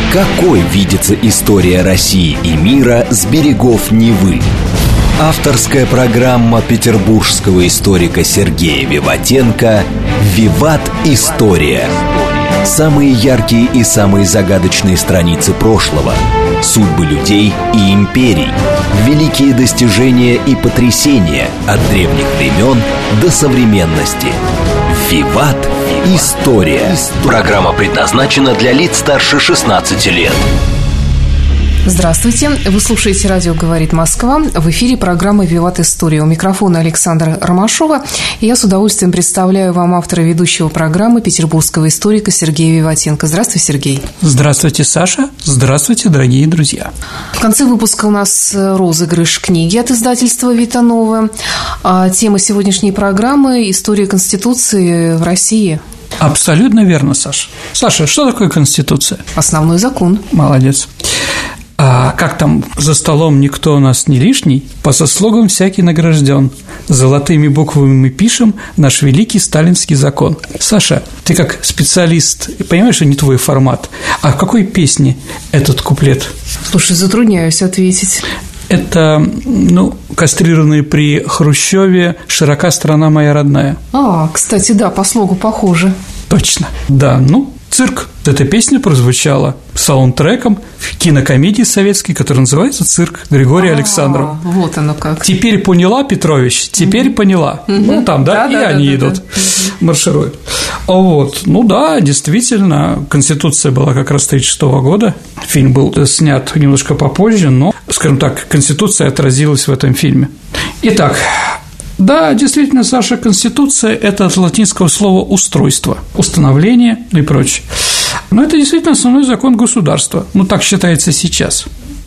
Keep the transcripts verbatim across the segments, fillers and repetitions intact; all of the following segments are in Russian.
Какой видится история России и мира с берегов Невы? Авторская программа петербургского историка Сергея Виватенко «Виват. История». Самые яркие и самые загадочные страницы прошлого, судьбы людей и империй, великие достижения и потрясения от древних времен до современности. «Виват. История». Программа предназначена для лиц старше шестнадцати лет. Здравствуйте. Вы слушаете «Радио говорит Москва». В эфире программа «Виват. История». У микрофона Александра Ромашова. И я с удовольствием представляю вам автора ведущего программы, петербургского историка Сергея Виватенко. Здравствуй, Сергей. Здравствуйте, Саша. Здравствуйте, дорогие друзья. В конце выпуска у нас розыгрыш книги от издательства «Витанова». А тема сегодняшней программы – «История Конституции в России». Абсолютно верно, Саша. Саша, что такое Конституция? Основной закон. Молодец. А как там за столом никто у нас не лишний, по заслугам всякий награжден. Золотыми буквами мы пишем наш великий сталинский закон. Саша, ты как специалист, понимаешь, что не твой формат, а в какой песне этот куплет? Слушай, затрудняюсь ответить. Это, ну, кастрированные при Хрущеве «Широка страна моя родная». А, кстати, да, по слогу похоже. Точно, да, ну, «Цирк». Эта песня прозвучала саундтреком в кинокомедии советской, которая называется «Цирк» Григория Александрова. Вот оно как. Теперь поняла, Петрович, теперь поняла. Ну, там, да, и они идут, маршируют. Вот, ну да, действительно, Конституция была как раз тридцать шестого года. Фильм был снят немножко попозже, но, скажем так, Конституция отразилась в этом фильме. Итак, да, действительно, Саша, Конституция – это от латинского слова «устройство», «установление» и прочее. Но это действительно основной закон государства. Ну, так считается сейчас.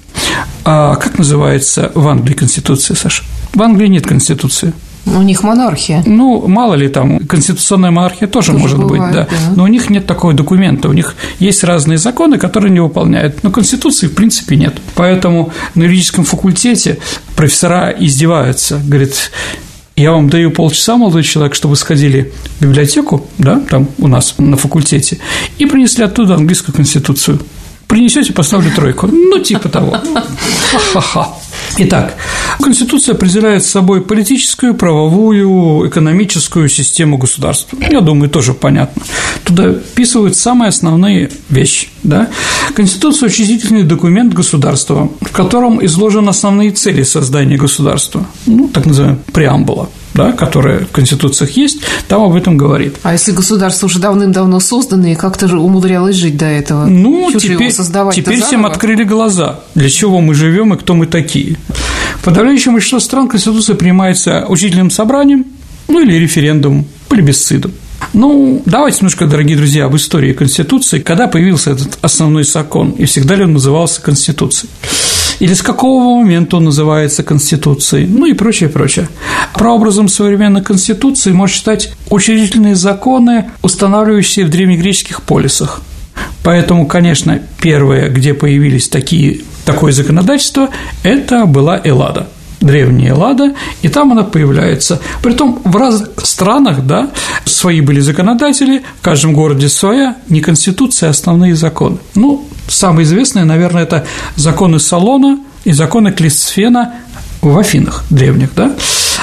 А как называется в Англии Конституция, Саша? В Англии нет Конституции. У них монархия. Ну, мало ли там, конституционная монархия тоже, тоже может бывает, быть, да. да. Но у них нет такого документа, у них есть разные законы, которые не выполняют, но Конституции в принципе нет. Поэтому на юридическом факультете профессора издеваются, говорят: я вам даю полчаса, молодой человек, чтобы вы сходили в библиотеку, да, там у нас на факультете, и принесли оттуда английскую конституцию. Принесете, поставлю тройку. Ну, типа того. Ха-ха-ха. Итак, Конституция определяет собой политическую, правовую, экономическую систему государства. Я думаю, тоже понятно. Туда вписывают самые основные вещи. Да? Конституция – учредительный документ государства, в котором изложены основные цели создания государства. Ну, так называемая преамбула, да, которая в конституциях есть, там об этом говорит. А если государство уже давным-давно создано и как-то же умудрялось жить до этого? Ну, теперь, теперь всем открыли глаза, для чего мы живем и кто мы такие. Подавляющее большинство стран Конституция принимается учредительным собранием, ну или референдумом, плебисцитом. Ну, давайте немножко, дорогие друзья, об истории Конституции, когда появился этот основной закон, и всегда ли он назывался Конституцией. Или с какого момента он называется Конституцией, ну и прочее, прочее. Прообразом современной Конституции можно считать учредительные законы, устанавливающиеся в древнегреческих полисах. Поэтому, конечно, первое, где появились такие, такое законодательство, это была Эллада. Древняя Эллада, и там она появляется. Притом в разных странах, да, свои были законодатели, в каждом городе своя, не конституция, а основные законы. Ну, самые известные, наверное, это законы Солона и законы Клисфена в Афинах древних, да.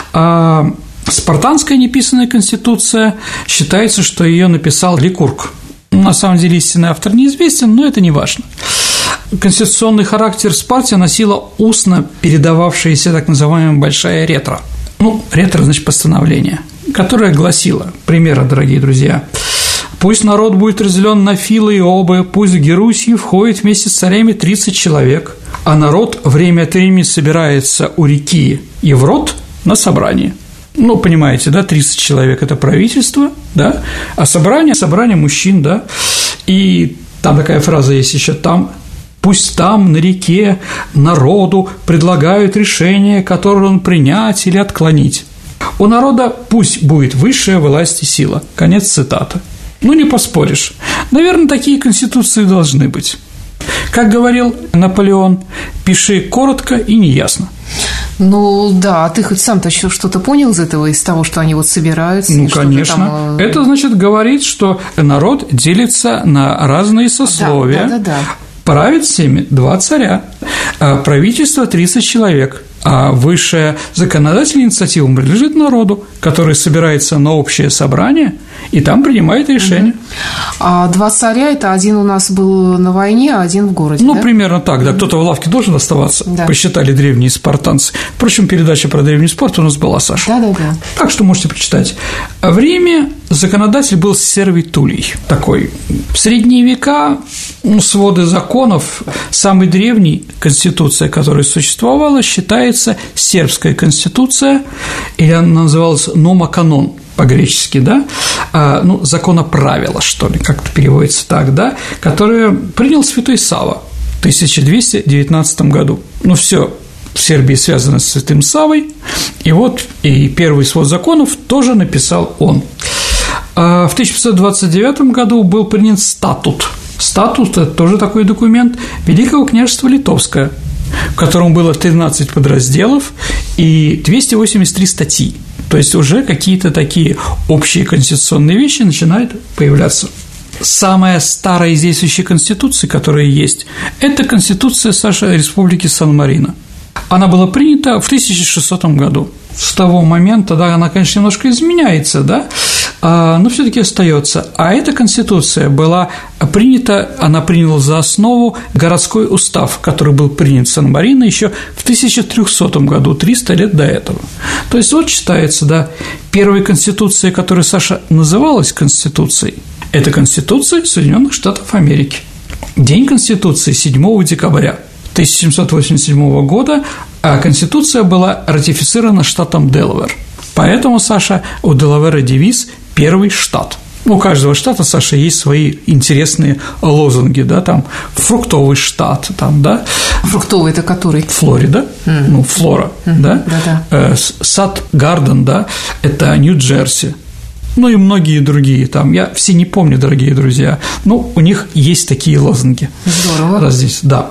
А спартанская неписанная конституция, считается, что ее написал Ликург. На самом деле истинный автор неизвестен, но это не важно. Конституционный характер в Спарте носила устно передававшаяся так называемая большая ретра. Ну, ретра, значит, постановление, которое гласило, примеры, дорогие друзья: «Пусть народ будет разделен на филы и обы, пусть в Герусию входит вместе с царями тридцать человек, а народ время от времени собирается у реки Еврот на собрание». Ну, понимаете, да, тридцать человек – это правительство, да, а собрание – собрание мужчин, да, и там такая фраза есть еще там: «Пусть там, на реке, народу предлагают решение, которое он принять или отклонить. У народа пусть будет высшая власть и сила». Конец цитаты. Ну, не поспоришь. Наверное, такие конституции должны быть. Как говорил Наполеон: «Пиши коротко и неясно». Ну да, а ты хоть сам-то еще что-то понял из этого, из того, что они вот собираются? Ну, конечно. Там... Это значит говорит, что народ делится на разные сословия. Да, да, да, да. Правит всеми два царя, а правительство тридцать человек, а высшая законодательная инициатива принадлежит народу, который собирается на общее собрание и там принимает решение. А два царя – это один у нас был на войне, а один в городе, Ну, да? примерно так, да. Кто-то в лавке должен оставаться, да. Посчитали древние спартанцы. Впрочем, передача про древний спорт у нас была, Саша. Да-да-да. Так что можете прочитать. В Риме законодатель был Сервитулий такой. В средние века, ну, своды законов, самой древней конституция, которая существовала, считается сербская конституция, или она называлась «номоканон», по-гречески, да, а, ну, законоправила, что ли, как-то переводится так, да, которое принял святой Сава в тысяча двести девятнадцатом году. Ну, все в Сербии связано с святым Савой, и вот и первый свод законов тоже написал он. А в тысяча пятьсот двадцать девятом году был принят статут. Статут – это тоже такой документ Великого княжества Литовское, в котором было тринадцать подразделов и двести восемьдесят три статьи. То есть уже какие-то такие общие конституционные вещи начинают появляться. Самая старая из действующих конституций, которая есть, это Конституция, Саша, Республики Сан-Марино. Она была принята в тысяча шестисотом году. С того момента, да, она, конечно, немножко изменяется, да, но все-таки остается. А эта конституция была принята, она приняла за основу городской устав, который был принят в Сан-Марино еще в тысяча трехсотом году, триста лет до этого. То есть вот считается, да, первая конституция, которая, Саша, называлась конституцией, это Конституция Соединенных Штатов Америки. День Конституции седьмого декабря тысяча семьсот восемьдесят седьмого года, а Конституция была ратифицирована штатом Делавэр. Поэтому, Саша, у Делавэра девиз «Первый штат». У каждого штата, Саша, есть свои интересные лозунги, да, там фруктовый штат, там, да. Фруктовый – это который? Флорида, mm. ну, Флора, mm-hmm. да. Да-да. Э, Сад Гарден, да, это Нью-Джерси. Ну и многие другие там, я все не помню, дорогие друзья, но у них есть такие лозунги. Здорово. Раз здесь, да.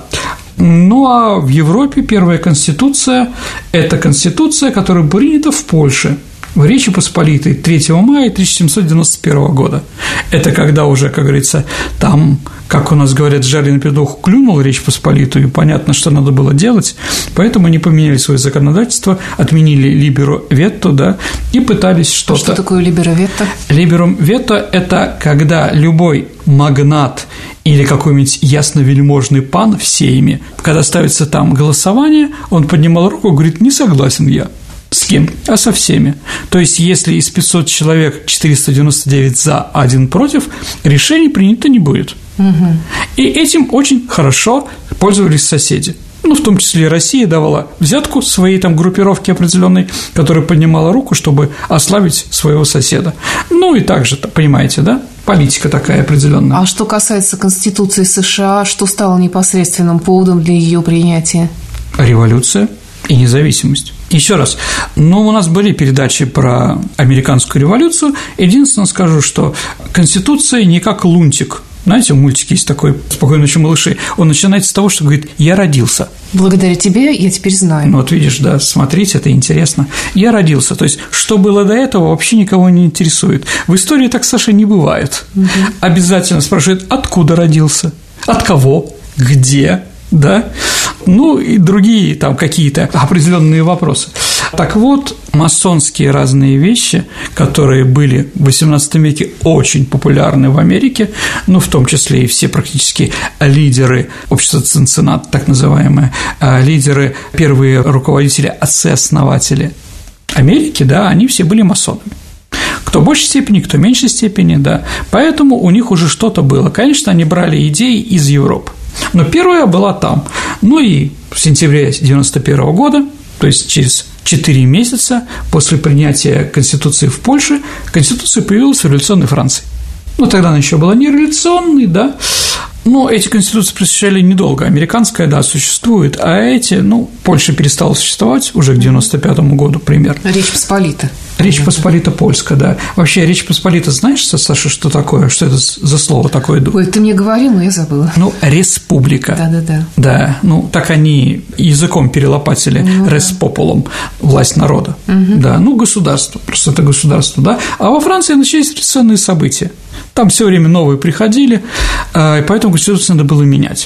Ну, а в Европе первая конституция – это конституция, которая принята в Польше в Речи Посполитой третьего мая тысяча семьсот девяносто первого года. Это когда уже, как говорится, там, как у нас говорят, жареный петух клюнул Речь Посполитую, и понятно, что надо было делать, поэтому они поменяли свое законодательство, отменили либеро ветто, да, и пытались что-то… А что такое либеро ветто? Либеро ветто – это когда любой магнат или какой-нибудь ясновельможный пан в сейме, когда ставится там голосование, он поднимал руку и говорит: «Не согласен я». С кем? А со всеми. То есть, если из пятисот человек четыреста девяносто девять за, один против, решений принято не будет. Угу. И этим очень хорошо пользовались соседи. Ну, в том числе и Россия давала взятку своей там группировке определенной, которая поднимала руку, чтобы ослабить своего соседа. Ну, и также, понимаете, да? Политика такая определенная. А что касается Конституции США, что стало непосредственным поводом для ее принятия? Революция и независимость. Еще раз, ну, у нас были передачи про американскую революцию. Единственное скажу, что Конституция не как лунтик. Знаете, в мультике есть такой «Спокойной ночи, малыши». Он начинается с того, что говорит: «Я родился». Благодаря тебе я теперь знаю. Ну, вот видишь, да, смотрите, это интересно. «Я родился». То есть, что было до этого, вообще никого не интересует. В истории так, Саша, не бывает. Угу. Обязательно спрашивают: откуда родился, от кого, где, да, ну и другие там какие-то определенные вопросы. Так вот, масонские разные вещи, которые были в восемнадцатом веке очень популярны в Америке, ну, в том числе и все практически лидеры общества Цинциннат, так называемые, лидеры, первые руководители, отцы-основатели Америки, да, они все были масонами. Кто в большей степени, кто в меньшей степени, да. Поэтому у них уже что-то было. Конечно, они брали идеи из Европы. Но первая была там. Ну и в сентябре девяносто первого года, то есть через четыре месяца после принятия Конституции в Польше, Конституция появилась в революционной Франции. Ну, тогда она еще была не революционной, да, но эти конституции просуществовали недолго. Американская, да, существует, а эти, ну, Польша перестала существовать уже к девяносто пятому году примерно. Речь Посполита. Речь Посполита польская, да. Вообще, Речь Посполита, знаешь, Саша, что такое? Что это за слово такое? Ой, ты мне говорил, но я забыла. Ну, республика. Да-да-да. Да, ну, так они языком перелопатили, ну, респопулум, да. Власть народа. Угу. Да, ну, государство, просто это государство, да. А во Франции начались революционные события. Там все время новые приходили, и поэтому Конституцию надо было менять.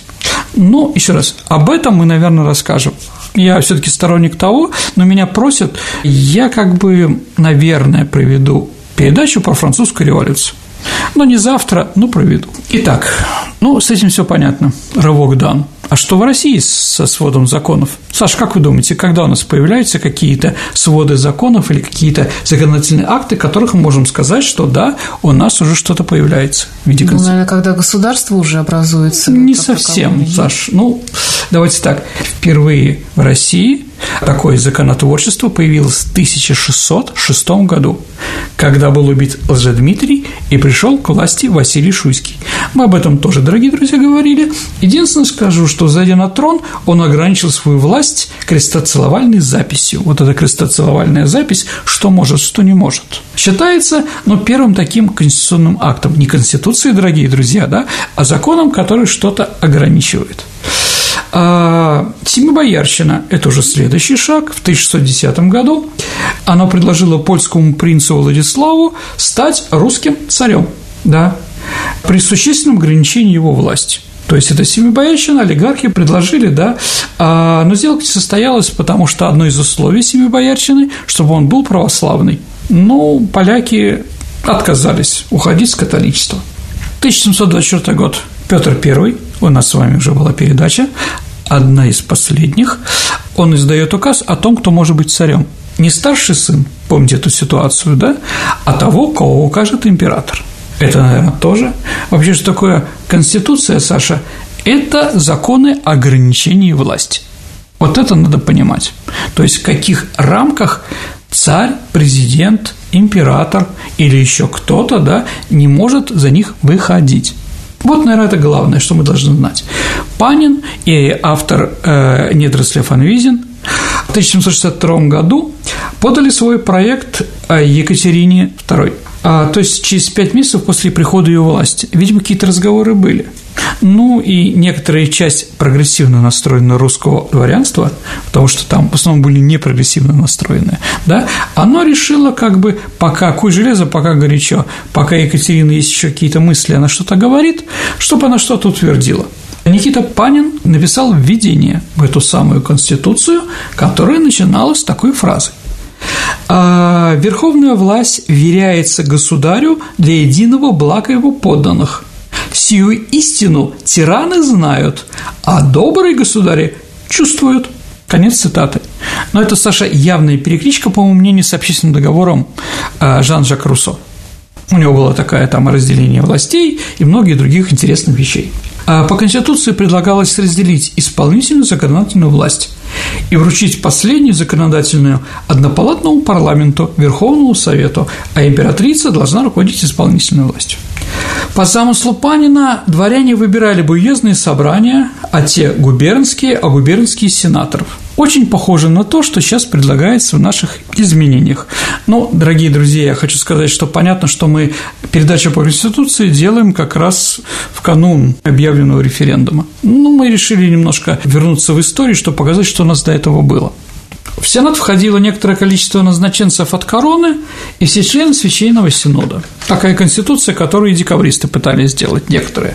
Но, еще раз, об этом мы, наверное, расскажем. Я все-таки сторонник того, но меня просят, я как бы, наверное, проведу передачу про французскую революцию. Но не завтра, но проведу. Итак, ну, с этим все понятно. Рывок дан. А что в России со сводом законов? Саш, как вы думаете, когда у нас появляются какие-то своды законов или какие-то законодательные акты, которых мы можем сказать, что да, у нас уже что-то появляется в виде ну, наверное, когда государство уже образуется? Не совсем, Саш. Ну, давайте так. Впервые в России такое законотворчество появилось в тысяча шестьсот шестом году, когда был убит Лжедмитрий и пришел к власти Василий Шуйский. Мы об этом тоже, дорогие друзья, говорили. Единственное скажу, что, зайдя на трон, он ограничил свою власть крестоцеловальной записью. Вот эта крестоцеловальная запись, что может, что не может. Считается, ну, первым таким конституционным актом. Не Конституцией, дорогие друзья, да, а законом, который что-то ограничивает. А Семибоярщина – это уже следующий шаг. В тысяча шестьсот десятом году она предложила польскому принцу Владиславу стать русским царем, да, при существенном ограничении его власти. То есть это Семибоярщина, олигархи предложили, да, а, но сделка не состоялась, потому что одно из условий Семибоярщины, чтобы он был православный. Ну, поляки отказались уходить с католичества. тысяча семьсот двадцать четвёртый год. Петр Первый, у нас с вами уже была передача, одна из последних, он издает указ о том, кто может быть царем. Не старший сын, помните эту ситуацию, да, а того, кого укажет император. Это, наверное, тоже. Вообще, что такое Конституция, Саша? Это законы ограничений власти. Вот это надо понимать. То есть в каких рамках царь, президент, император или еще кто-то, да, не может за них выходить. Вот, наверное, это главное, что мы должны знать. Панин и автор э, «Недорослей фон Визин» в тысяча семьсот шестьдесят втором году подали свой проект Екатерине Второй. А, то есть через пять месяцев после прихода ее власти. Видимо, какие-то разговоры были. Ну и некоторая часть прогрессивно настроенного русского дворянства, потому что там в основном были не прогрессивно настроенные, да, оно решило как бы пока куй железо, пока горячо, пока Екатерина есть еще какие-то мысли, она что-то говорит, чтобы она что-то утвердила. Никита Панин написал введение в эту самую Конституцию, которая начиналась с такой фразы: «Верховная власть веряется государю для единого блага его подданных. Сию истину тираны знают, а добрые государи чувствуют». Конец цитаты. Но это, Саша, явная перекличка, по моему мнению, с общественным договором Жан-Жак Руссо. У него было такое там разделение властей и многих других интересных вещей. По Конституции предлагалось разделить исполнительную и законодательную власть и вручить последнюю законодательную однопалатному парламенту, Верховному Совету, а императрица должна руководить исполнительной властью. По замыслу Панина дворяне выбирали бы уездные собрания, а те – губернские, а губернские – сенаторов. Очень похоже на то, что сейчас предлагается в наших изменениях. Но, дорогие друзья, я хочу сказать, что понятно, что мы передачу по Конституции делаем как раз в канун объявленного референдума. Ну, мы решили немножко вернуться в историю, чтобы показать, что у нас до этого было. В Сенат входило некоторое количество назначенцев от короны и все члены Священного Синода. Такая конституция, которую и декабристы пытались сделать некоторые.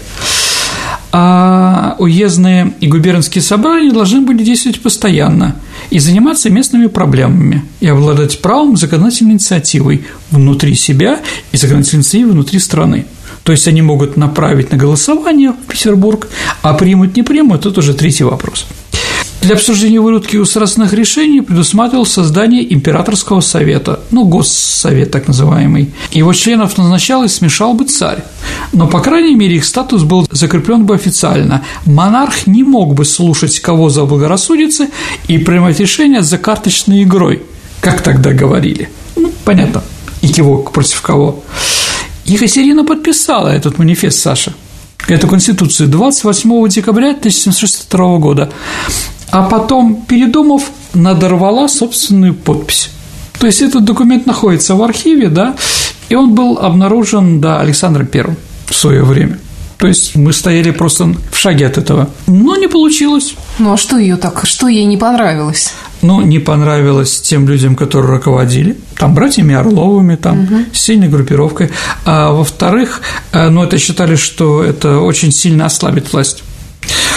А уездные и губернские собрания должны были действовать постоянно и заниматься местными проблемами, и обладать правом законодательной инициативой внутри себя и законодательной инициативой внутри страны. То есть они могут направить на голосование в Петербург, а примут, не примут – это уже третий вопрос. Для обсуждения выручки государственных решений предусматривалось создание императорского совета, ну, госсовет так называемый. Его членов назначал и смешал бы царь, но, по крайней мере, их статус был закреплен бы официально. Монарх не мог бы слушать кого заблагорассудится и принимать решения за карточной игрой, как тогда говорили. Ну, понятно, и кивок против кого. Екатерина подписала этот манифест, Саша, эту конституцию двадцать восьмого декабря тысяча семьсот шестьдесят второго года. А потом, передумав, надорвала собственную подпись. То есть этот документ находится в архиве, да, и он был обнаружен, да, Александром Первым в свое время. То есть мы стояли просто в шаге от этого. Но не получилось. Ну а что ее так, что ей не понравилось? Ну, не понравилось тем людям, которые руководили, там, братьями Орловыми, там, угу. сильной группировкой. А во-вторых, ну, это считали, что это очень сильно ослабит власть.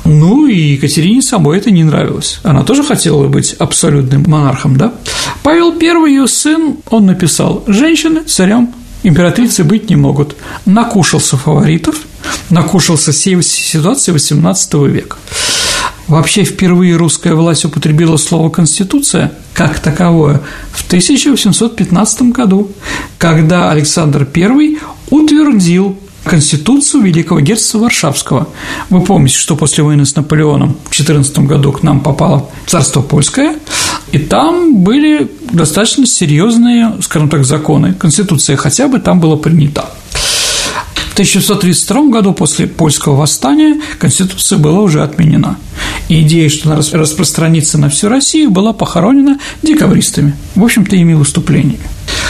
Ну, и Екатерине самой это не нравилось. Она тоже хотела быть абсолютным монархом, да? Павел Первый, ее сын, он написал: «Женщины царям, императрицы быть не могут». Накушался фаворитов, накушался всей ситуации восемнадцатого века. Вообще, впервые русская власть употребила слово «конституция» как таковое в тысяча восемьсот пятнадцатом году, когда Александр Первый утвердил Конституцию Великого Герцогства Варшавского. Вы помните, что после войны с Наполеоном в четырнадцатом году к нам попало царство польское, и там были достаточно серьезные, скажем так, законы. Конституция хотя бы там была принята. В тысяча девятьсот тридцать втором году после польского восстания Конституция была уже отменена. И идея, что она распространится на всю Россию, была похоронена декабристами, в общем-то, ими выступлениями.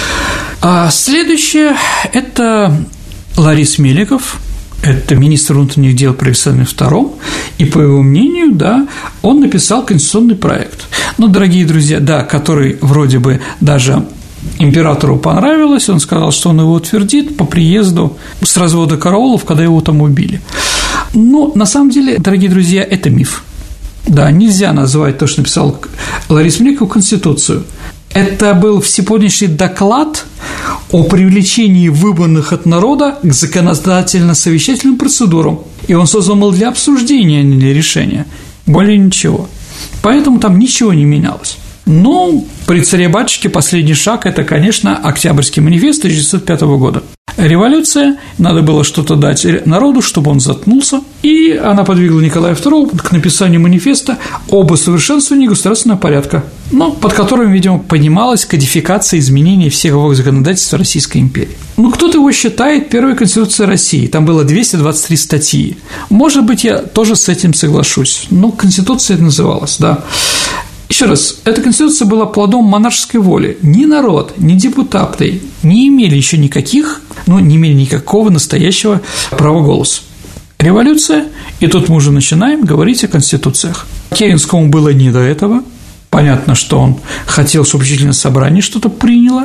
А следующее – это Ларис Меликов, это министр внутренних дел при Александре Втором, и, по его мнению, да, он написал конституционный проект. Но, дорогие друзья, да, который вроде бы даже императору понравилось, он сказал, что он его утвердит по приезду с развода караулов, когда его там убили. Но, на самом деле, дорогие друзья, это миф. Да, нельзя называть то, что написал Ларис Меликов, Конституцию. Это был всеподнящий доклад о привлечении выбранных от народа к законодательно-совещательным процедурам, и он создан был для обсуждения, а не для решения, более ничего. Поэтому там ничего не менялось. Но при царе-батюшке последний шаг – это, конечно, Октябрьский манифест тысяча девятьсот пятого года. Революция, надо было что-то дать народу, чтобы он заткнулся, и она подвигла Николая Второго к написанию манифеста об усовершенствовании государственного порядка, но под которым, видимо, понималась кодификация изменений всего законодательства Российской империи. Ну, кто-то его считает первой Конституцией России, там было двести двадцать три статьи. Может быть, я тоже с этим соглашусь, но Конституция это называлась, да. Еще раз, эта Конституция была плодом монаршеской воли. Ни народ, ни депутаты не имели еще никаких, ну, не имели никакого настоящего права голоса. Революция, и тут мы уже начинаем говорить о конституциях. Керенскому было не до этого. Понятно, что он хотел, чтобы учительное собрание что-то приняло.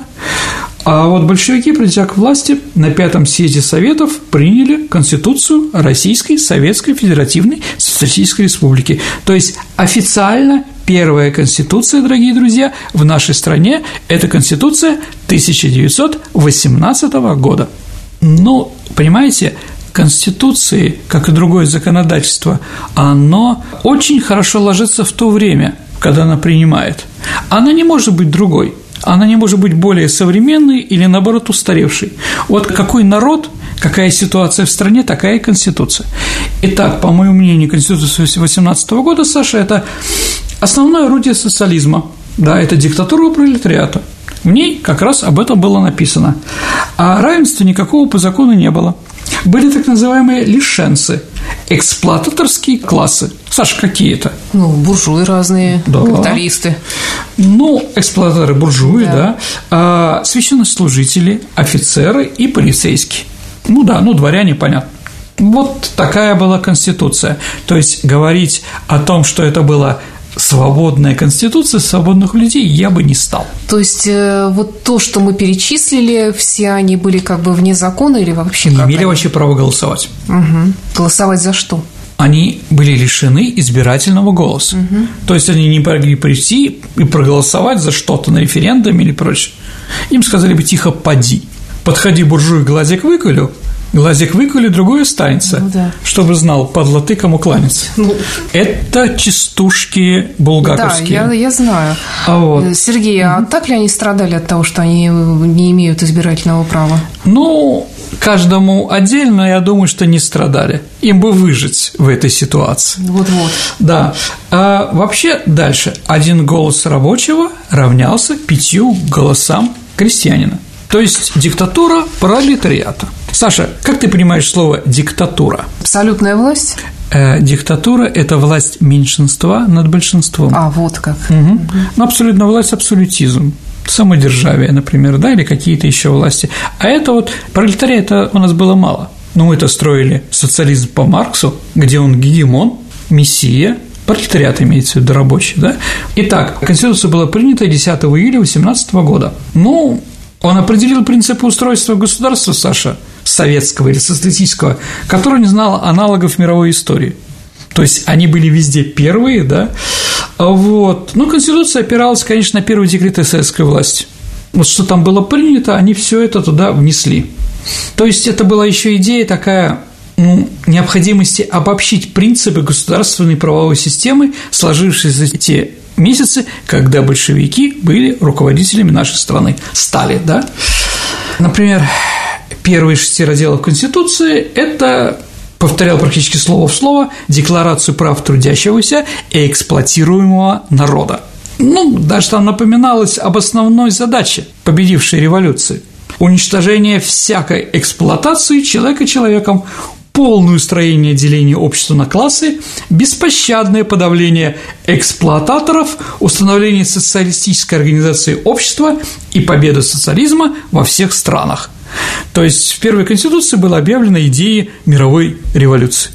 А вот большевики, придя к власти, на пятом съезде Советов приняли Конституцию Российской Советской Федеративной Социалистической Республики. То есть официально первая Конституция, дорогие друзья, в нашей стране – это Конституция тысяча девятьсот восемнадцатого года. Ну, понимаете, Конституции, как и другое законодательство, оно очень хорошо ложится в то время, когда она принимает. Она не может быть другой. Она не может быть более современной или, наоборот, устаревшей. Вот какой народ, какая ситуация в стране, такая и Конституция. Итак, по моему мнению, Конституция восемнадцатого года, Саша, это основное орудие социализма, да, это диктатура пролетариата. В ней как раз об этом было написано. А равенства никакого по закону не было. Были так называемые лишенцы, эксплуататорские классы. Саша, какие это? Ну, буржуи разные, да. Капиталисты. Ну, эксплуататоры, буржуи, да, да. А, священнослужители, офицеры и полицейские. Ну да, ну, дворяне, понятно. Вот такая была Конституция. То есть говорить о том, что это была свободная Конституция свободных людей, я бы не стал. То есть э, вот то, что мы перечислили, все они были как бы вне закона или вообще не как имели они? Вообще права голосовать. Угу. Голосовать за что? Они были лишены избирательного голоса. Угу. То есть они не могли прийти и проголосовать за что-то на референдуме или прочее. Им сказали бы: тихо, поди. Подходи, буржуй, глазик выколю. Глазик выколи, другой останется, ну, да. Чтобы знал, падла ты, кому кланяться. Ну, это частушки булгаковские. Да, я, я знаю. А вот. Сергей, а mm-hmm. так ли они страдали от того, что они не имеют избирательного права? Ну, каждому отдельно, я думаю, что не страдали. Им бы выжить в этой ситуации. Вот-вот. Да. А вообще дальше. Один голос рабочего равнялся пятью голосам крестьянина. То есть диктатура пролетариата. Саша, как ты понимаешь слово «диктатура»? Абсолютная власть? Э, диктатура – это власть меньшинства над большинством. А, вот как. Угу. Угу. Ну, абсолютная власть – абсолютизм. Самодержавие, например, да, или какие-то еще власти. А это вот пролетариата у нас было мало. Но мы-то строили социализм по Марксу, где он гегемон, мессия, пролетариат имеется в виду рабочий, да? Итак, Конституция была принята десятого июля восемнадцатого года. Ну, он определил принципы устройства государства, Саша, советского или социалистического, который не знал аналогов в мировой истории. То есть они были везде первые, да. Вот. Ну, Конституция опиралась, конечно, на первые декреты советской власти. Вот что там было принято, они все это туда внесли. То есть это была еще идея такая, ну, необходимости обобщить принципы государственной правовой системы, сложившиеся за те месяцы, когда большевики были руководителями нашей страны, стали, да. Например, первые шести разделов Конституции – это, повторял практически слово в слово, Декларацию прав трудящегося и эксплуатируемого народа. Ну, даже там напоминалось об основной задаче победившей революции – уничтожение всякой эксплуатации человека человеком, полное устроение деления общества на классы, беспощадное подавление эксплуататоров, установление социалистической организации общества и победа социализма во всех странах. То есть в первой Конституции была объявлена идея мировой революции.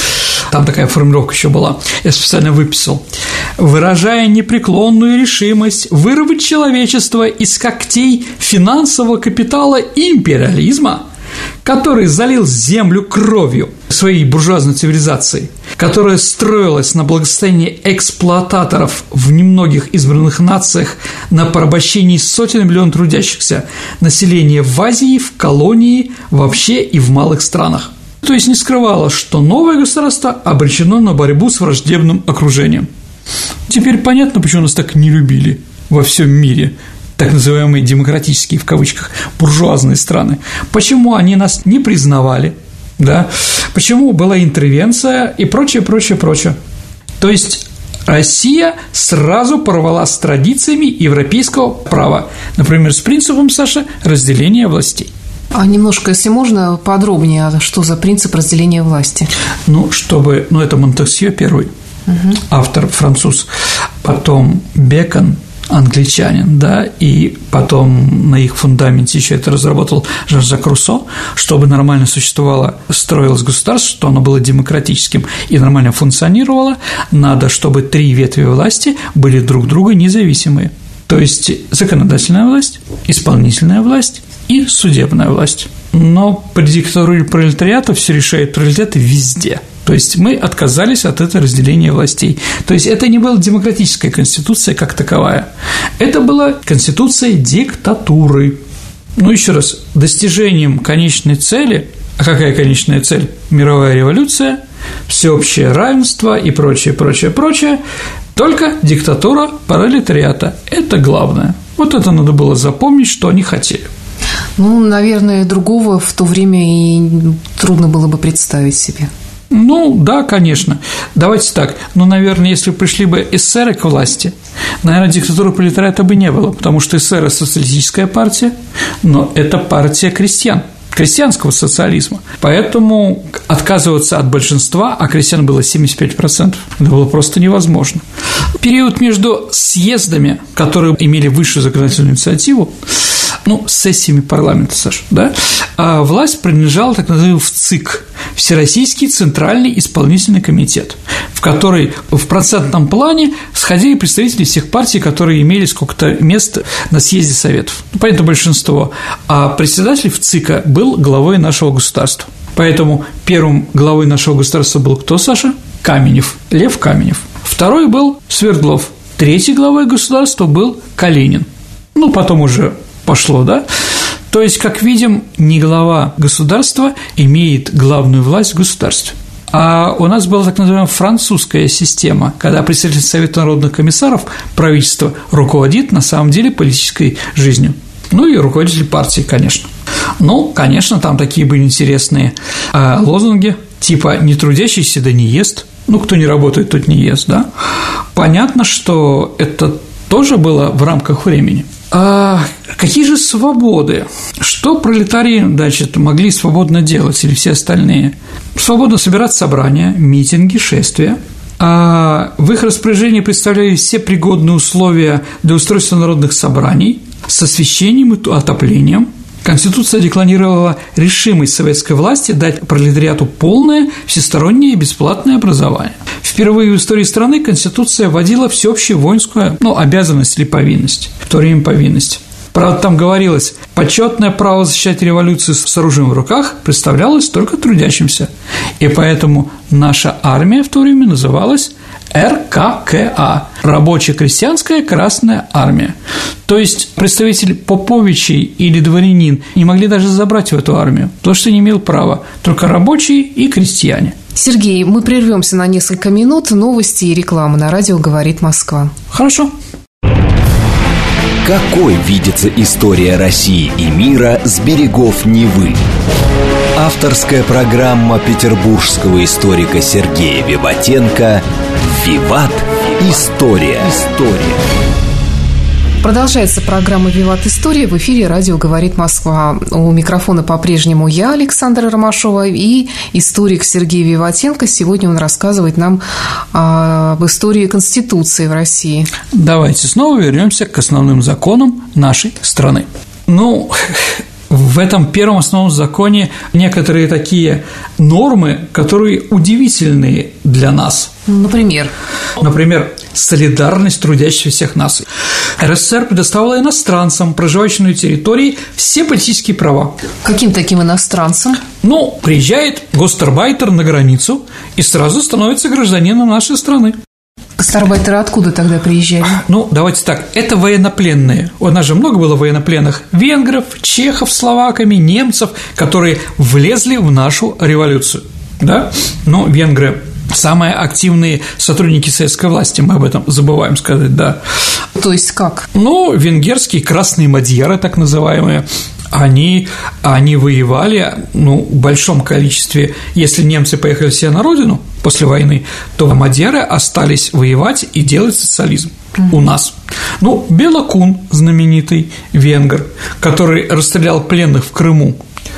Там такая формулировка еще была, я специально выписал. Выражая непреклонную решимость вырвать человечество из когтей финансового капитала и империализма, который залил землю кровью своей буржуазной цивилизации, которая строилась на благосостоянии эксплуататоров в немногих избранных нациях, на порабощении сотен миллионов трудящихся, населения в Азии, в колонии, вообще и в малых странах. То есть не скрывало, что новое государство обречено на борьбу с враждебным окружением. Теперь понятно, почему нас так не любили во всем мире так называемые демократические, в кавычках, буржуазные страны. Почему они нас не признавали, да? Почему была интервенция и прочее, прочее, прочее. То есть Россия сразу порвала с традициями европейского права, например, с принципом, Саша, разделения властей. А немножко, если можно, подробнее, что за принцип разделения власти? Ну, чтобы, ну, это Монтескье первый, угу. Автор француз, потом Бекон, англичанин, да, и потом на их фундаменте еще это разработал Жан-Жак Руссо, чтобы нормально существовало, строилось государство, что оно было демократическим и нормально функционировало, надо, чтобы три ветви власти были друг от друга независимые, то есть законодательная власть, исполнительная власть и судебная власть. Но при диктатуре пролетариата все решает пролетариат везде. То есть мы отказались от этого разделения властей. То есть это не была демократическая конституция как таковая. Это была конституция диктатуры. Ну, еще раз, достижением конечной цели, а какая конечная цель? Мировая революция, всеобщее равенство и прочее, прочее, прочее. Только диктатура пролетариата. Это главное. Вот это надо было запомнить, что они хотели. Ну, наверное, другого в то время и трудно было бы представить себе. Ну, да, конечно. Давайте так. Ну, наверное, если пришли бы эсеры к власти, наверное, диктатуры пролетариата бы не было, потому что эсеры – социалистическая партия, но это партия крестьян, крестьянского социализма. Поэтому отказываться от большинства, а крестьян было семьдесят пять процентов, это было просто невозможно. Период между съездами, которые имели высшую законодательную инициативу, ну, с сессиями парламента, Саша, да, а власть принадлежала так называемый ВЦИК – Всероссийский Центральный Исполнительный Комитет, в который в процентном плане сходили представители всех партий, которые имели сколько-то мест на съезде советов, ну, понятно, большинство, а председатель ВЦИКа был главой нашего государства. Поэтому первым главой нашего государства был кто, Саша? Каменев, Лев Каменев. Второй был Свердлов. Третий главой государства был Калинин. Ну, потом уже пошло, да? То есть, как видим, не глава государства имеет главную власть в государстве. А у нас была так называемая французская система, когда представитель Совета народных комиссаров, правительство, руководит на самом деле политической жизнью. Ну и руководитель партии, конечно. Ну, конечно, там такие были интересные э, лозунги, типа «не трудящийся да не ест». Ну, кто не работает, тот не ест, да? Понятно, что это тоже было в рамках времени. А какие же свободы? Что пролетарии, значит, могли свободно делать или все остальные? Свободно собирать собрания, митинги, шествия. А в их распоряжении представлялись все пригодные условия для устройства народных собраний с освещением и отоплением. Конституция декларировала решимость советской власти дать пролетариату полное, всестороннее и бесплатное образование. Впервые в истории страны Конституция вводила всеобщую воинскую, ну, обязанность или повинность, в то время повинность. Правда, там говорилось, почетное право защищать революцию с оружием в руках представлялось только трудящимся. И поэтому наша армия в то время называлась эр ка ка а – Рабоче-крестьянская Красная Армия. То есть представитель поповичей или дворянин не могли даже забрать в эту армию, потому что не имел права, только рабочие и крестьяне. Сергей, мы прервемся на несколько минут. Новости и реклама на радио «Говорит Москва». Хорошо. Какой видится история России и мира с берегов Невы? Авторская программа петербургского историка Сергея Виватенко «Виват. История». История. Продолжается программа «Виват. История». В эфире радио «Говорит Москва». У микрофона по-прежнему я, Александра Ромашова, и историк Сергей Виватенко. Сегодня он рассказывает нам об истории Конституции в России. Давайте снова вернемся к основным законам нашей страны. Ну, в этом первом основном законе некоторые такие нормы, которые удивительные для нас. Например? Например, солидарность трудящихся всех наций. эр эс эс эр предоставила иностранцам, проживающим на территории, все политические права. Каким таким иностранцам? Ну, приезжает гастарбайтер на границу и сразу становится гражданином нашей страны. Гастарбайтеры откуда тогда приезжали? Ну, давайте так, это военнопленные. У нас же много было военнопленных венгров, чехов, словаками, немцев, которые влезли в нашу революцию, да? Ну, венгры – самые активные сотрудники советской власти, мы об этом забываем сказать, да. То есть как? Ну, венгерские красные мадьяры, так называемые, они, они воевали, ну, в большом количестве. Если немцы поехали все на родину после войны, то мадьяры остались воевать и делать социализм mm-hmm. у нас. Ну, Белокун, знаменитый венгр, который расстрелял пленных в Крыму.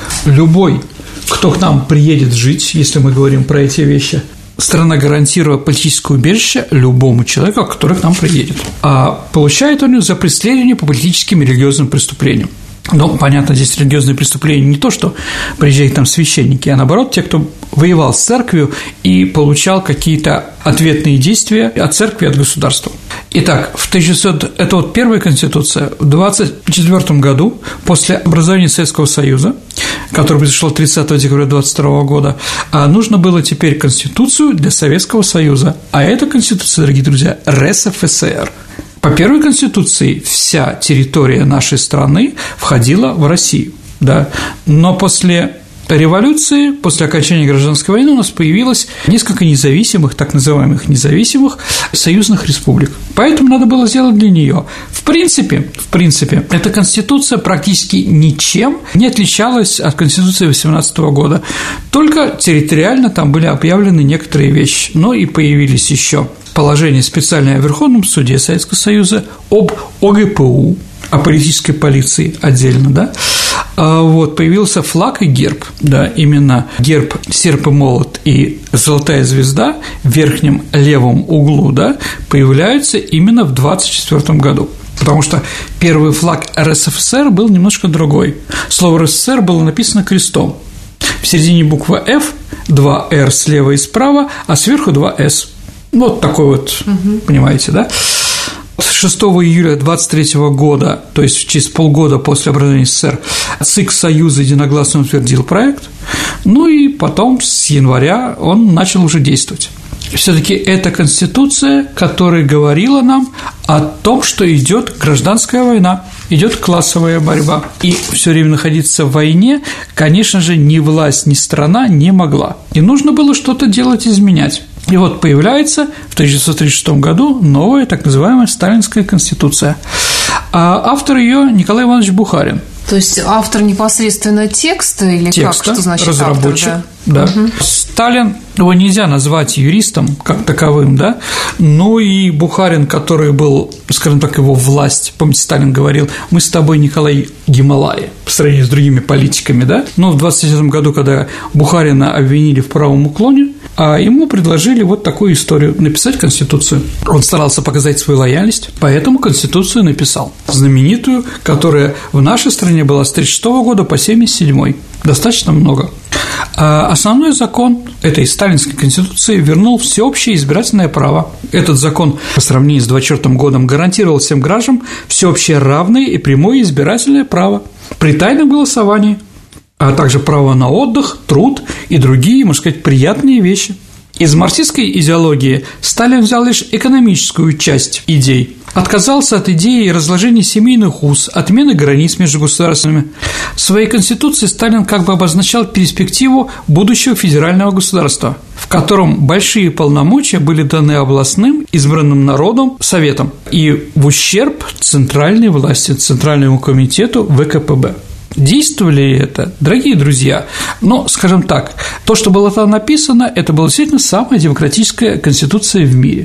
Любой, кто к нам приедет жить, если мы говорим про эти вещи, страна гарантировала политическое убежище любому человеку, который к нам приедет. А получает он за преследование по политическим и религиозным преступлениям. Ну, понятно, здесь религиозные преступления не то, что приезжают там священники, а наоборот, те, кто воевал с церковью и получал какие-то ответные действия от церкви, от государства. Итак, в тысяча девятьсот... это вот первая конституция. В двадцать четвёртом году, после образования Советского Союза, который произошел тридцатого декабря двадцать второго года, нужно было теперь конституцию для Советского Союза. А эта конституция, дорогие друзья, эр эс эф эс эр. По первой конституции вся территория нашей страны входила в Россию, да, но после революции, после окончания гражданской войны у нас появилось несколько независимых, так называемых независимых союзных республик, поэтому надо было сделать для нее. В принципе, в принципе, эта конституция практически ничем не отличалась от конституции восемнадцатого года, только территориально там были объявлены некоторые вещи, но и появились еще положение специальное о Верховном суде Советского Союза, об о гэ пэ у, о политической полиции отдельно, да, вот, появился флаг и герб, да, именно герб серп и молот и золотая звезда в верхнем левом углу, да, появляются именно в двадцать четвёртом году. Потому что первый флаг эр эс эф эс эр был немножко другой. Слово эр эс эс эр было написано крестом. В середине буква F, два R слева и справа, а сверху два S. Вот такой вот, угу. Понимаете, да? шестого июля двадцать третьего года, то есть через полгода после образования эс эс эс эр, ЦИК Союза единогласно утвердил проект, ну и потом с января он начал уже действовать. Все-таки это Конституция, которая говорила нам о том, что идет гражданская война, идет классовая борьба, и все время находиться в войне, конечно же, ни власть, ни страна не могла, и нужно было что-то делать, изменять. И вот появляется в тысяча девятьсот тридцать шестом году новая так называемая Сталинская Конституция. А автор ее Николай Иванович Бухарин. То есть автор непосредственно текста или текста, как? Что значит разработчик, автор? Да. Да. Угу. Сталин, его нельзя назвать юристом как таковым, да, но и Бухарин, который был, скажем так, его власть, помните, Сталин говорил, мы с тобой, Николай, Гималаи, по сравнению с другими политиками, да, но в двадцать седьмом году, когда Бухарина обвинили в правом уклоне, а ему предложили вот такую историю – написать Конституцию. Он старался показать свою лояльность, поэтому Конституцию написал, знаменитую, которая в нашей стране Продолжение было с тридцать шестого года по семьдесят седьмой. Достаточно много. А основной закон этой сталинской конституции вернул всеобщее избирательное право. Этот закон по сравнению с двадцать четвёртым годом гарантировал всем гражданам всеобщее равное и прямое избирательное право при тайном голосовании, а также право на отдых, труд и другие, можно сказать, приятные вещи. Из марксистской идеологии Сталин взял лишь экономическую часть идей, отказался от идеи разложения семейных уз, отмены границ между государствами. В своей конституции Сталин как бы обозначал перспективу будущего федерального государства, в котором большие полномочия были даны областным, избранным народом, советам и в ущерб центральной власти, Центральному комитету вэ ка пэ бэ. Действовали ли это, дорогие друзья? Но, скажем так, то, что было там написано, это была действительно самая демократическая конституция в мире.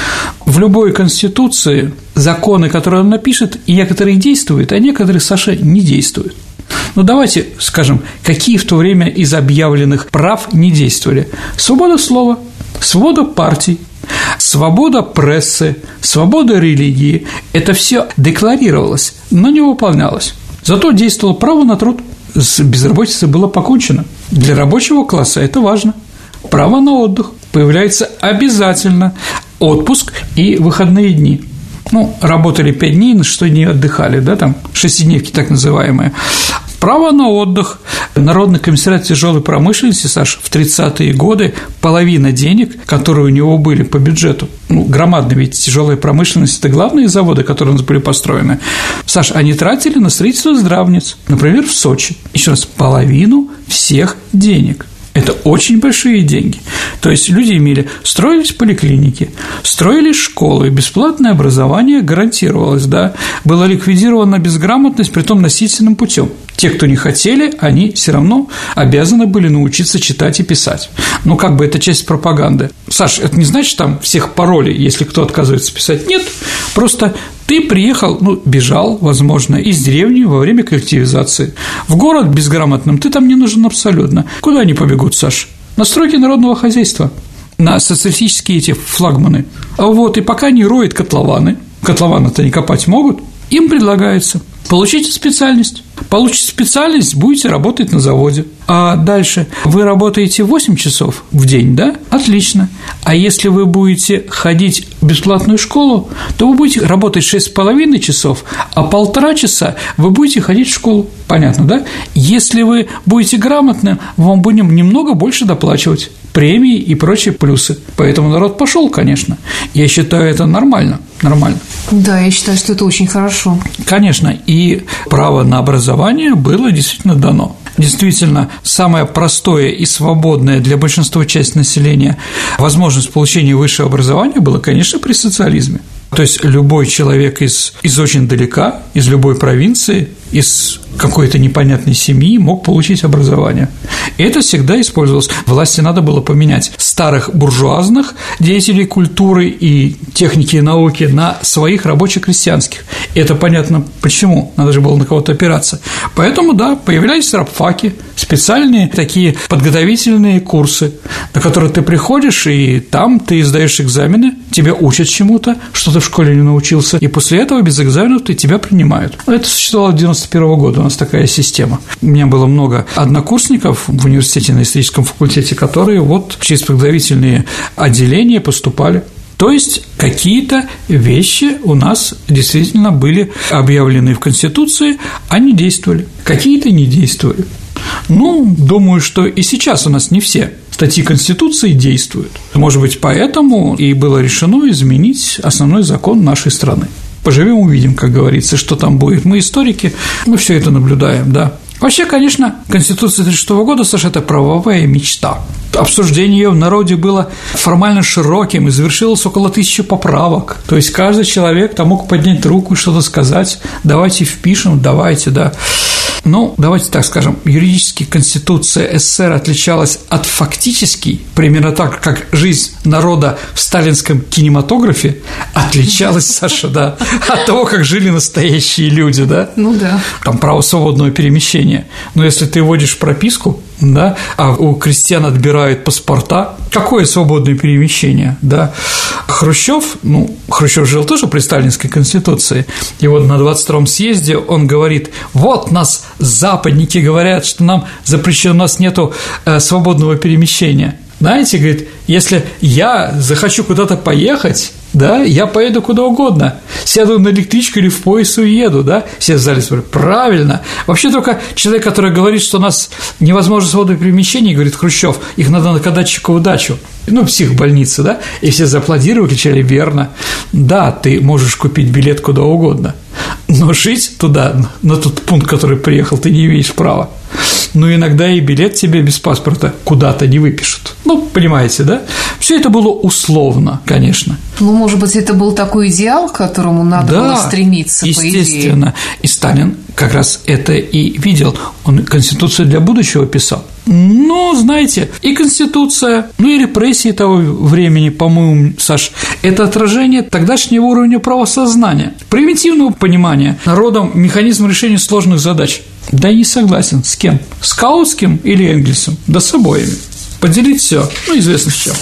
В любой конституции законы, которые он напишет, и некоторые действуют, а некоторые, Саша, не действуют. Ну, давайте скажем, какие в то время из объявленных прав не действовали. Свобода слова, свобода партий, свобода прессы, свобода религии – это все декларировалось, но не выполнялось. Зато действовало право на труд. С безработицей было покончено. Для рабочего класса это важно. Право на отдых. Появляется обязательно отпуск и выходные дни. Ну, работали пять дней, на шестой день отдыхали, да, там, шестидневки так называемые. Право на отдых. Народный комиссариат тяжелой промышленности, Саш, в тридцатые годы половина денег, которые у него были по бюджету, ну, громадно, ведь тяжелая промышленность – это главные заводы, которые у нас были построены, Саш, они тратили на строительство здравниц, например, в Сочи. Еще раз, половину всех денег. Это очень большие деньги. То есть люди имели, строились поликлиники, строились школы, бесплатное образование гарантировалось, да, была ликвидирована безграмотность, притом насильственным путем. Те, кто не хотели, они все равно обязаны были научиться читать и писать. Ну, как бы это часть пропаганды. Саш, это не значит, там всех пароли, если кто отказывается писать. Нет, просто ты приехал, ну, бежал, возможно, из деревни во время коллективизации. В город безграмотным ты там не нужен абсолютно. Куда они побегут, Саш? На стройки народного хозяйства, на социалистические эти флагманы. А вот, и пока не роют котлованы, котлованы-то не копать могут, им предлагается: получите специальность. Получите специальность, будете работать на заводе. А дальше вы работаете восемь часов в день, да? Отлично. А если вы будете ходить в бесплатную школу, то вы будете работать шесть с половиной часов, а полтора часа вы будете ходить в школу. Понятно, да? Если вы будете грамотным, вам будем немного больше доплачивать премии и прочие плюсы. Поэтому народ пошел, конечно. Я считаю, это нормально. Нормально. Да, я считаю, что это очень хорошо. Конечно, и право на образование было действительно дано. Действительно, самое простое и свободное для большинства части населения возможность получения высшего образования была, конечно, при социализме. То есть любой человек из, из очень далека, из любой провинции, из какой-то непонятной семьи мог получить образование. И это всегда использовалось. Власти надо было поменять старых буржуазных деятелей культуры и техники и науки на своих рабоче-крестьянских. И это понятно почему, надо же было на кого-то опираться. Поэтому, да, появлялись рабфаки, специальные такие подготовительные курсы, на которые ты приходишь, и там ты сдаешь экзамены, тебя учат чему-то, что ты в школе не научился, и после этого без экзаменов ты тебя принимают. Это существовало с девяносто первого года, у нас такая система. У меня было много однокурсников в университете на историческом факультете, которые вот через подготовительные отделения поступали. То есть какие-то вещи у нас действительно были объявлены в Конституции, они действовали, какие-то не действовали. Ну, думаю, что и сейчас у нас не все статьи Конституции действуют. Может быть, поэтому и было решено изменить основной закон нашей страны. Поживем, увидим, как говорится, что там будет. Мы, историки, мы все это наблюдаем, да. Вообще, конечно, Конституция тридцать шестого года, Саша, это правовая мечта. Обсуждение ее в народе было формально широким, и завершилось около тысячи поправок. То есть каждый человек там мог поднять руку и что-то сказать: давайте впишем, давайте, да. Ну, давайте так скажем, юридически Конституция СССР отличалась от фактической, примерно так, как жизнь народа в сталинском кинематографе отличалась, Саша, да, от того, как жили настоящие люди, да? Ну да. Там право свободного перемещения. Но если ты вводишь прописку, да, а у крестьян отбирают паспорта. Какое свободное перемещение, да? Хрущев, ну, Хрущев жил тоже при Сталинской Конституции, и вот на двадцать втором съезде он говорит: вот нас западники говорят, что нам запрещено, у нас нету э, свободного перемещения. Знаете, говорит, если я захочу куда-то поехать, да, я поеду куда угодно, сяду на электричку или в поезд и уеду, да, все в зале спрашивают, правильно. Вообще только человек, который говорит, что у нас невозможно свободное перемещение, говорит Хрущев, их надо на Кадатчикову дачу, ну, психбольница, да, и все зааплодировали, кричали, верно, да, ты можешь купить билет куда угодно, но жить туда, на тот пункт, который приехал, ты не имеешь права. Но иногда и билет тебе без паспорта куда-то не выпишут. Ну, понимаете, да? Все это было условно, конечно. Ну, может быть, это был такой идеал, к которому надо да, было стремиться, по идее. Естественно. И Сталин как раз это и видел. Он Конституцию для будущего писал. Но, знаете, и Конституция, ну и репрессии того времени, по-моему, Саш, это отражение тогдашнего уровня правосознания, превентивного понимания народом механизма решения сложных задач. Да не согласен. С кем? С Каутским или Энгельсом? Да с обоими. Поделить все, ну, известно с чем.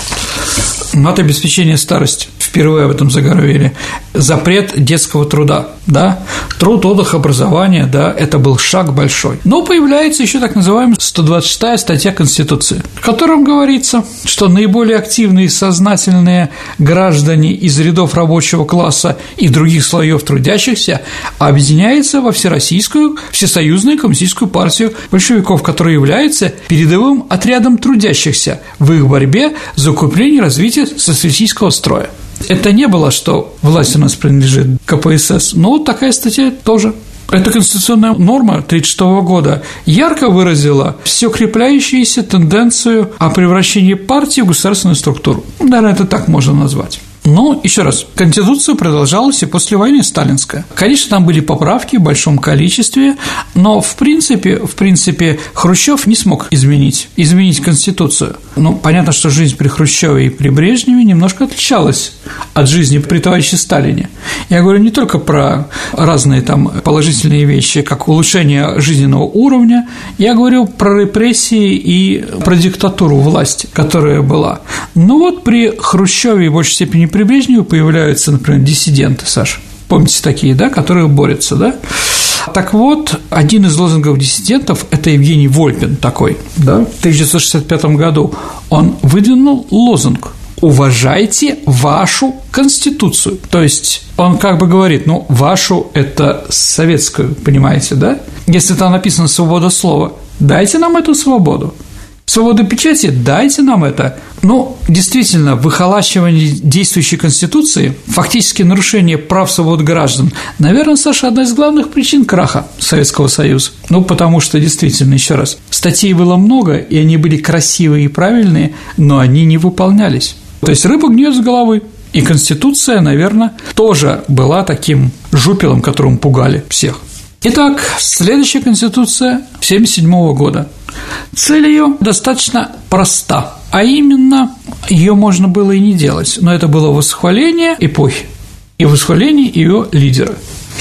От обеспечения старости. Впервые об этом заговорили. Запрет детского труда, да, труд, отдых, образование, да, это был шаг большой. Но появляется еще так называемая сто двадцать шестая статья Конституции, в котором говорится, что наиболее активные и сознательные граждане из рядов рабочего класса и других слоев трудящихся объединяются во Всероссийскую Всесоюзную коммунистическую партию большевиков, которая является передовым отрядом трудящихся в их борьбе за укрепление и развитие социалистического строя. Это не было, что власть у нас принадлежит ка пэ эс эс, но вот такая статья тоже. Эта конституционная норма тысяча девятьсот тридцать шестого года ярко выразила всю укрепляющуюся тенденцию о превращении партии в государственную структуру. Наверное, это так можно назвать. Но, еще раз, Конституция продолжалась и после войны сталинская. Конечно, там были поправки в большом количестве, но, в принципе, в принципе, Хрущев не смог изменить, изменить Конституцию. Ну, понятно, что жизнь при Хрущеве и при Брежневе немножко отличалась от жизни при товарище Сталине. Я говорю не только про разные там положительные вещи, как улучшение жизненного уровня, я говорю про репрессии и про диктатуру власти, которая была. Ну вот при Хрущеве и в большей степени при Брежневе появляются, например, диссиденты, Саша. Помните такие, да, которые борются, да? Так вот, один из лозунгов диссидентов – это Евгений Вольпин такой, да, в тысяча девятьсот шестьдесят пятом году он выдвинул лозунг «Уважайте вашу Конституцию». То есть он как бы говорит, ну, вашу – это советскую, понимаете, да? Если там написано «свобода слова», дайте нам эту свободу. Свобода печати, дайте нам это. Ну, действительно, выхолащивание действующей Конституции, фактически нарушение прав свобод граждан, наверное, Саша, одна из главных причин краха Советского Союза. Ну, потому что, действительно, еще раз, статей было много, и они были красивые и правильные, но они не выполнялись. То есть рыба гниет с головы. И Конституция, наверное, тоже была таким жупелом, которым пугали всех. Итак, следующая Конституция семьдесят седьмого года. Цель ее достаточно проста, а именно ее можно было и не делать, но это было восхваление эпохи и восхваление ее лидера.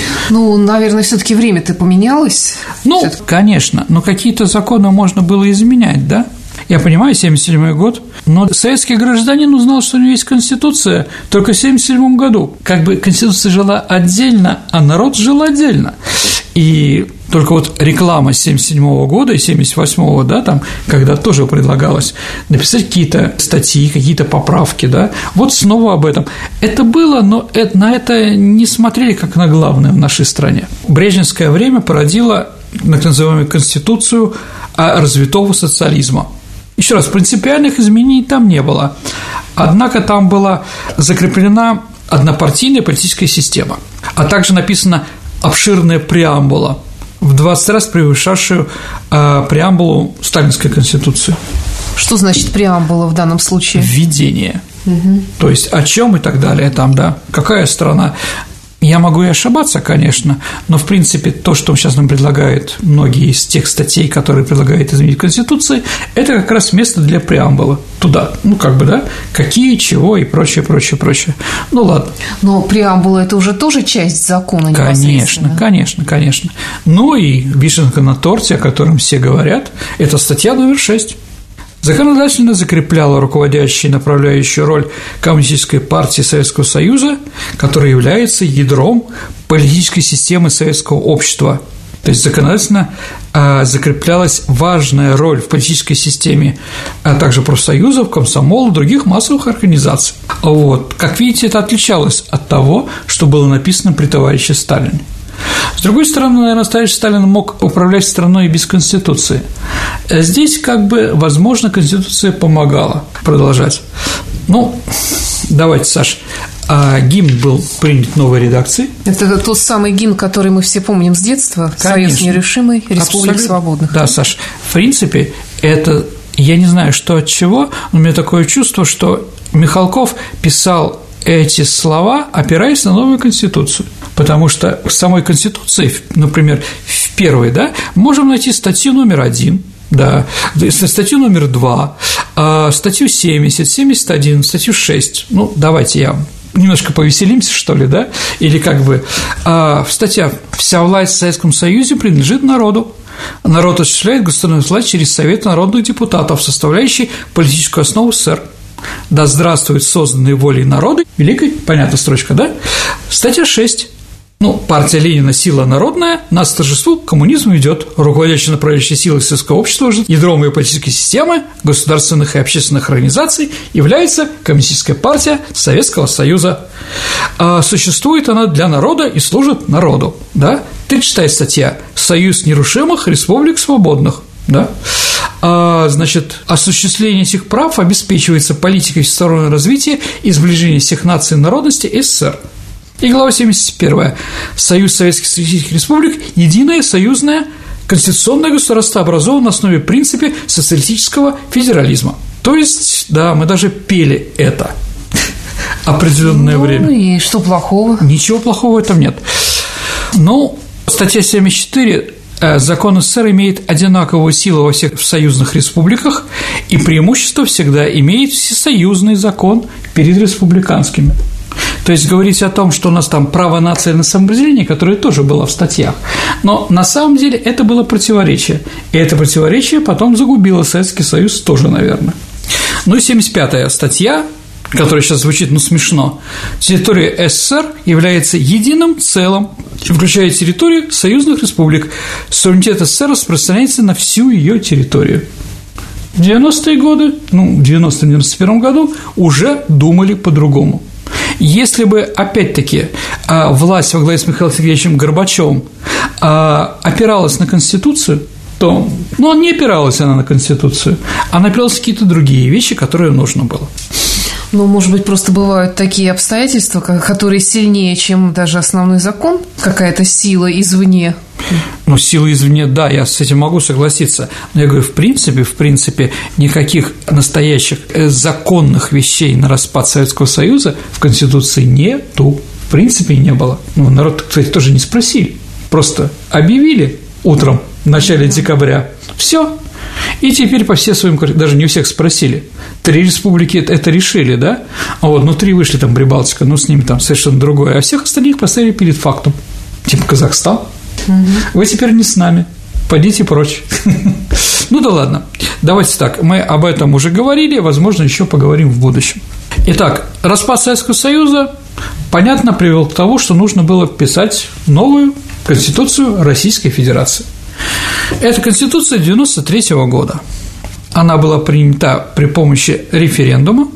Ну, наверное, все-таки время-то поменялось. Ну, всё-таки. Конечно, но какие-то законы можно было изменять, да? Я понимаю, семьдесят седьмой год, но советский гражданин узнал, что у него есть Конституция только в семьдесят седьмом году. Как бы Конституция жила отдельно, а народ жил отдельно. И только вот реклама семьдесят седьмого года и семьдесят восьмого, да, там, когда тоже предлагалось написать какие-то статьи, какие-то поправки, да, вот снова об этом. Это было, но это, на это не смотрели как на главное в нашей стране. Брежневское время породило так называемую Конституцию развитого социализма. Еще раз, принципиальных изменений там не было, однако там была закреплена однопартийная политическая система, а также написана обширная преамбула, в двадцать раз превышавшую э, преамбулу Сталинской Конституции. Что значит преамбула в данном случае? Введение. Угу. То есть о чем и так далее там, да, какая страна. Я могу и ошибаться, конечно, но, в принципе, то, что сейчас нам предлагают многие из тех статей, которые предлагают изменить в Конституции, это как раз место для преамбулы туда, ну, как бы, да, какие, чего и прочее, прочее, прочее. Ну, ладно. Но преамбула – это уже тоже часть закона непосредственно. Конечно, конечно, конечно. Ну, и вишенка на торте, о котором все говорят, это статья номер шесть. Законодательно закрепляла руководящую и направляющую роль Коммунистической партии Советского Союза, которая является ядром политической системы советского общества. То есть законодательно а, закреплялась важная роль в политической системе, а также профсоюзов, комсомола и других массовых организаций. Вот. Как видите, это отличалось от того, что было написано при товарище Сталине. С другой стороны, наверное, товарищ Сталин мог управлять страной и без Конституции. Здесь, как бы, возможно, Конституция помогала продолжать. Ну, давайте, Саш, а гимн был принят в новой редакции. Это тот самый гимн, который мы все помним с детства. Конечно. «Союз нерушимый, Республика свободных». Да, Саш, в принципе, это, я не знаю, что от чего, но у меня такое чувство, что Михалков писал эти слова, опираясь на новую Конституцию. Потому что в самой Конституции, например, в первой, да, можем найти статью номер один, да, статью номер два, статью семьдесят, семьдесят один, статью шесть. Ну, давайте я немножко повеселимся, что ли, да? Или как бы статья «Вся власть в Советском Союзе принадлежит народу. Народ осуществляет государственную власть через Совет народных депутатов, составляющий политическую основу СССР. Да здравствуют созданные волей народы». Великая, понятная строчка, да? Статья шесть. Ну, партия Ленина – сила народная, нас к торжеству коммунизм ведет. Руководящей направляющей силой советского общества, ядром ее политической системы, государственных и общественных организаций является Коммунистическая партия Советского Союза. А существует она для народа и служит народу, да? тридцать шестая статья «Союз нерушимых республик свободных», да? А, значит, осуществление этих прав обеспечивается политикой всестороннего развития и сближения всех наций и народностей СССР. И глава семьдесят первая. Союз Советских Социалистических Республик – единое союзное конституционное государство, образовано на основе принципа социалистического федерализма. То есть, да, мы даже пели это определенное ну, время. И что плохого? Ничего плохого в этом нет. Ну, статья семьдесят четыре. Закон СССР имеет одинаковую силу во всех союзных республиках, и преимущество всегда имеет всесоюзный закон перед республиканскими. То есть говорить о том, что у нас там право нации на самоопределение, которое тоже было в статьях, но на самом деле это было противоречие, и это противоречие потом загубило Советский Союз тоже, наверное. Ну и семьдесят пятая статья, которая сейчас звучит, ну, смешно. Территория СССР является единым целым, включая территорию союзных республик. Суверенитет СССР распространяется на всю ее территорию. В девяностые годы, ну, в девяностом — девяносто первом году уже думали по-другому. Если бы, опять-таки, власть во главе с Михаилом Сергеевичем Горбачевым опиралась на Конституцию, то, ну, не опиралась она на Конституцию, она опиралась на какие-то другие вещи, которые нужно было. Ну, может быть, просто бывают такие обстоятельства, которые сильнее, чем даже основной закон, какая-то сила извне. Ну, сила извне, да, я с этим могу согласиться, но я говорю, в принципе, в принципе, никаких настоящих законных вещей на распад Советского Союза в Конституции нету, в принципе, не было. Ну, народ, кстати, тоже не спросили, просто объявили утром в начале декабря, все. И теперь по всем своим, даже не у всех спросили, три республики это решили, да, а вот, ну, три вышли, там, Прибалтика, ну, с ними там совершенно другое, а всех остальных поставили перед фактом, типа Казахстан, угу. Вы теперь не с нами, пойдите прочь. Ну да ладно, давайте так, мы об этом уже говорили, возможно, еще поговорим в будущем. Итак, распад Советского Союза, понятно, привел к тому, что нужно было вписать новую Конституцию Российской Федерации. Это Конституция девяносто третьего года. Она была принята при помощи референдума.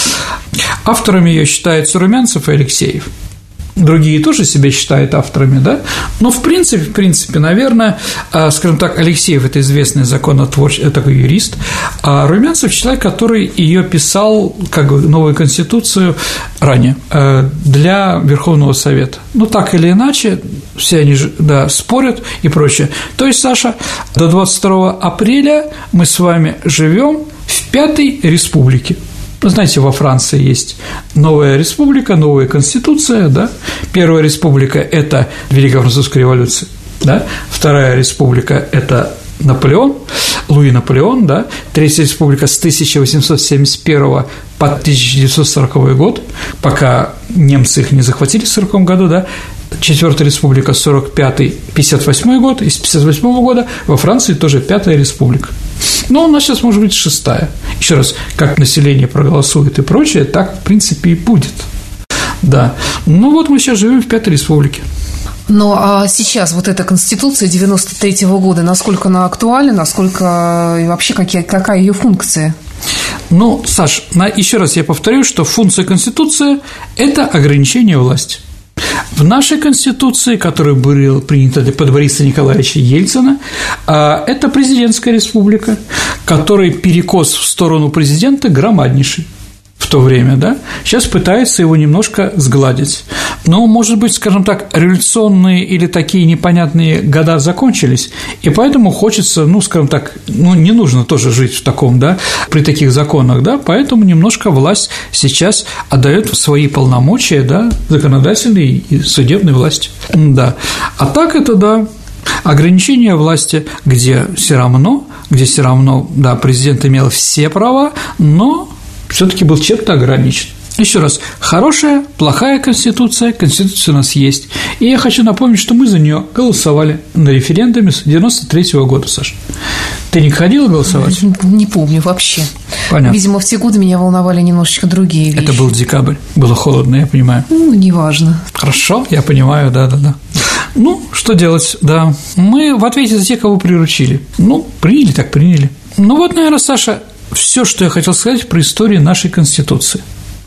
Авторами ее считаются Румянцев и Алексеев. Другие тоже себя считают авторами, да? Но в принципе, в принципе, наверное, скажем так, Алексеев – это известный законотворческий, такой юрист, а Румянцев – человек, который ее писал, как новую Конституцию, ранее для Верховного Совета. Ну, так или иначе, все они, да, спорят и прочее. То есть, Саша, до двадцать второго апреля мы с вами живем в Пятой Республике. Вы знаете, во Франции есть новая республика, новая конституция, да? Первая республика – это Великая Французская революция, да? Вторая республика – это Наполеон, Луи Наполеон, да? Третья республика с тысяча восемьсот семьдесят первого по тысяча девятьсот сороковой год, пока немцы их не захватили в сороковом году, да? Четвертая республика сорок пятый — пятьдесят восьмой год, и с пятьдесят восьмого года во Франции тоже пятая республика. Но у нас сейчас может быть шестая. Еще раз, как население проголосует и прочее, так, в принципе, и будет. Да. Ну вот мы сейчас живем в пятой республике. Ну, а сейчас вот эта Конституция девяносто третьего года, насколько она актуальна, насколько и вообще какие, какая ее функция? Ну, Саш, еще раз я повторю, что функция Конституции – это ограничение власти. В нашей Конституции, которая была принята под Бориса Николаевича Ельцина, это президентская республика, которой перекос в сторону президента громаднейший в то время, да, сейчас пытаются его немножко сгладить. Но, может быть, скажем так, революционные или такие непонятные года закончились, и поэтому хочется, ну, скажем так, ну, не нужно тоже жить в таком, да, при таких законах, да, поэтому немножко власть сейчас отдает свои полномочия, да, законодательной и судебной власти, да. А так это, да, ограничение власти, где все равно, где все равно, да, президент имел все права, но все-таки был чем-то ограничен. Еще раз, хорошая, плохая Конституция, Конституция у нас есть. И я хочу напомнить, что мы за нее голосовали на референдуме с девяносто третьего года, Саша. Ты не ходила голосовать? Не помню вообще. Понятно. Видимо, в те годы меня волновали немножечко другие вещи. Это был декабрь, было холодно, я понимаю. Ну, неважно. Хорошо, я понимаю, да-да-да. Ну, что делать, да. Мы в ответе за тех, кого приручили. Ну, приняли так приняли. Ну вот, наверное, Саша, все, что я хотел сказать про историю нашей Конституции.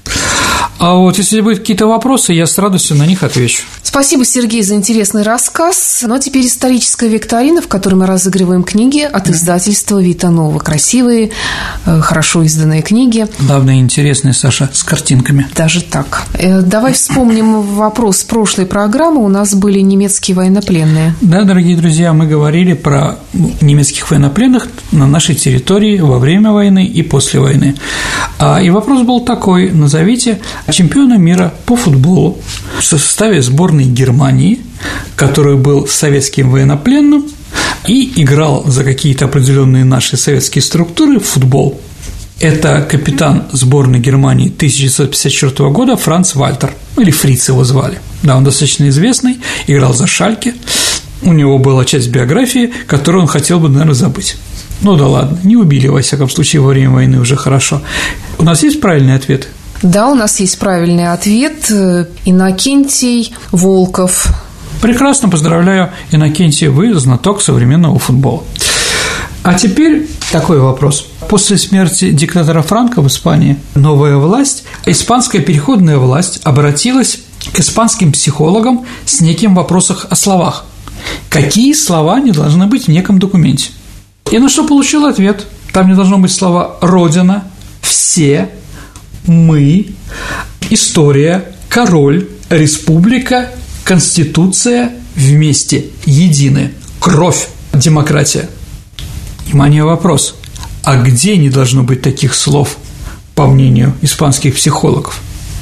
А вот если будут какие-то вопросы, я с радостью на них отвечу. Спасибо, Сергей, за интересный рассказ. Ну, а теперь историческая викторина, в которой мы разыгрываем книги от издательства «Вита Нова». Красивые, хорошо изданные книги. Главное, интересные, Саша, с картинками. Даже так. Давай вспомним вопрос прошлой программы. У нас были немецкие военнопленные. Да, дорогие друзья, мы говорили про немецких военнопленных на нашей территории во время войны и после войны. И вопрос был такой: назовите чемпиона мира по футболу в составе сборной Германии, который был советским военнопленным и играл за какие-то определенные наши советские структуры в футбол. Это капитан сборной Германии тысяча девятьсот пятьдесят четвёртого года Франц Вальтер, или Фриц его звали. Да, он достаточно известный, играл за Шальке. У него была часть биографии, которую он хотел бы, наверное, забыть. Ну да ладно, не убили, во всяком случае, во время войны, уже хорошо. У нас есть правильный ответ? Да, у нас есть правильный ответ. Иннокентий Волков. Прекрасно, поздравляю, Иннокентий, вы знаток современного футбола. А теперь такой вопрос. После смерти диктатора Франко в Испании новая власть, испанская переходная власть, обратилась к испанским психологам с неким вопросом о словах. Какие слова не должны быть в неком документе? И на что получил ответ? Там не должно быть слова «родина», «все», «мы», «история», «король», «республика», «конституция», «вместе», «едины», «кровь», «демократия». Внимание, вопрос. А где не должно быть таких слов, по мнению испанских психологов?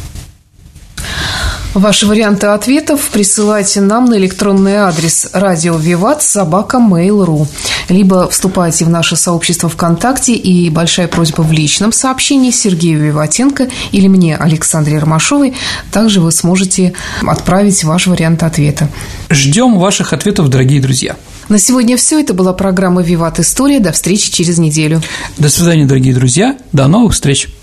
Ваши варианты ответов присылайте нам на электронный адрес радио виват собака мейл точка ру, либо вступайте в наше сообщество ВКонтакте, и большая просьба в личном сообщении Сергею Виватенко или мне, Александре Ромашовой, также вы сможете отправить ваш вариант ответа. Ждем ваших ответов, дорогие друзья. На сегодня все. Это была программа «Виват История». До встречи через неделю. До свидания, дорогие друзья. До новых встреч.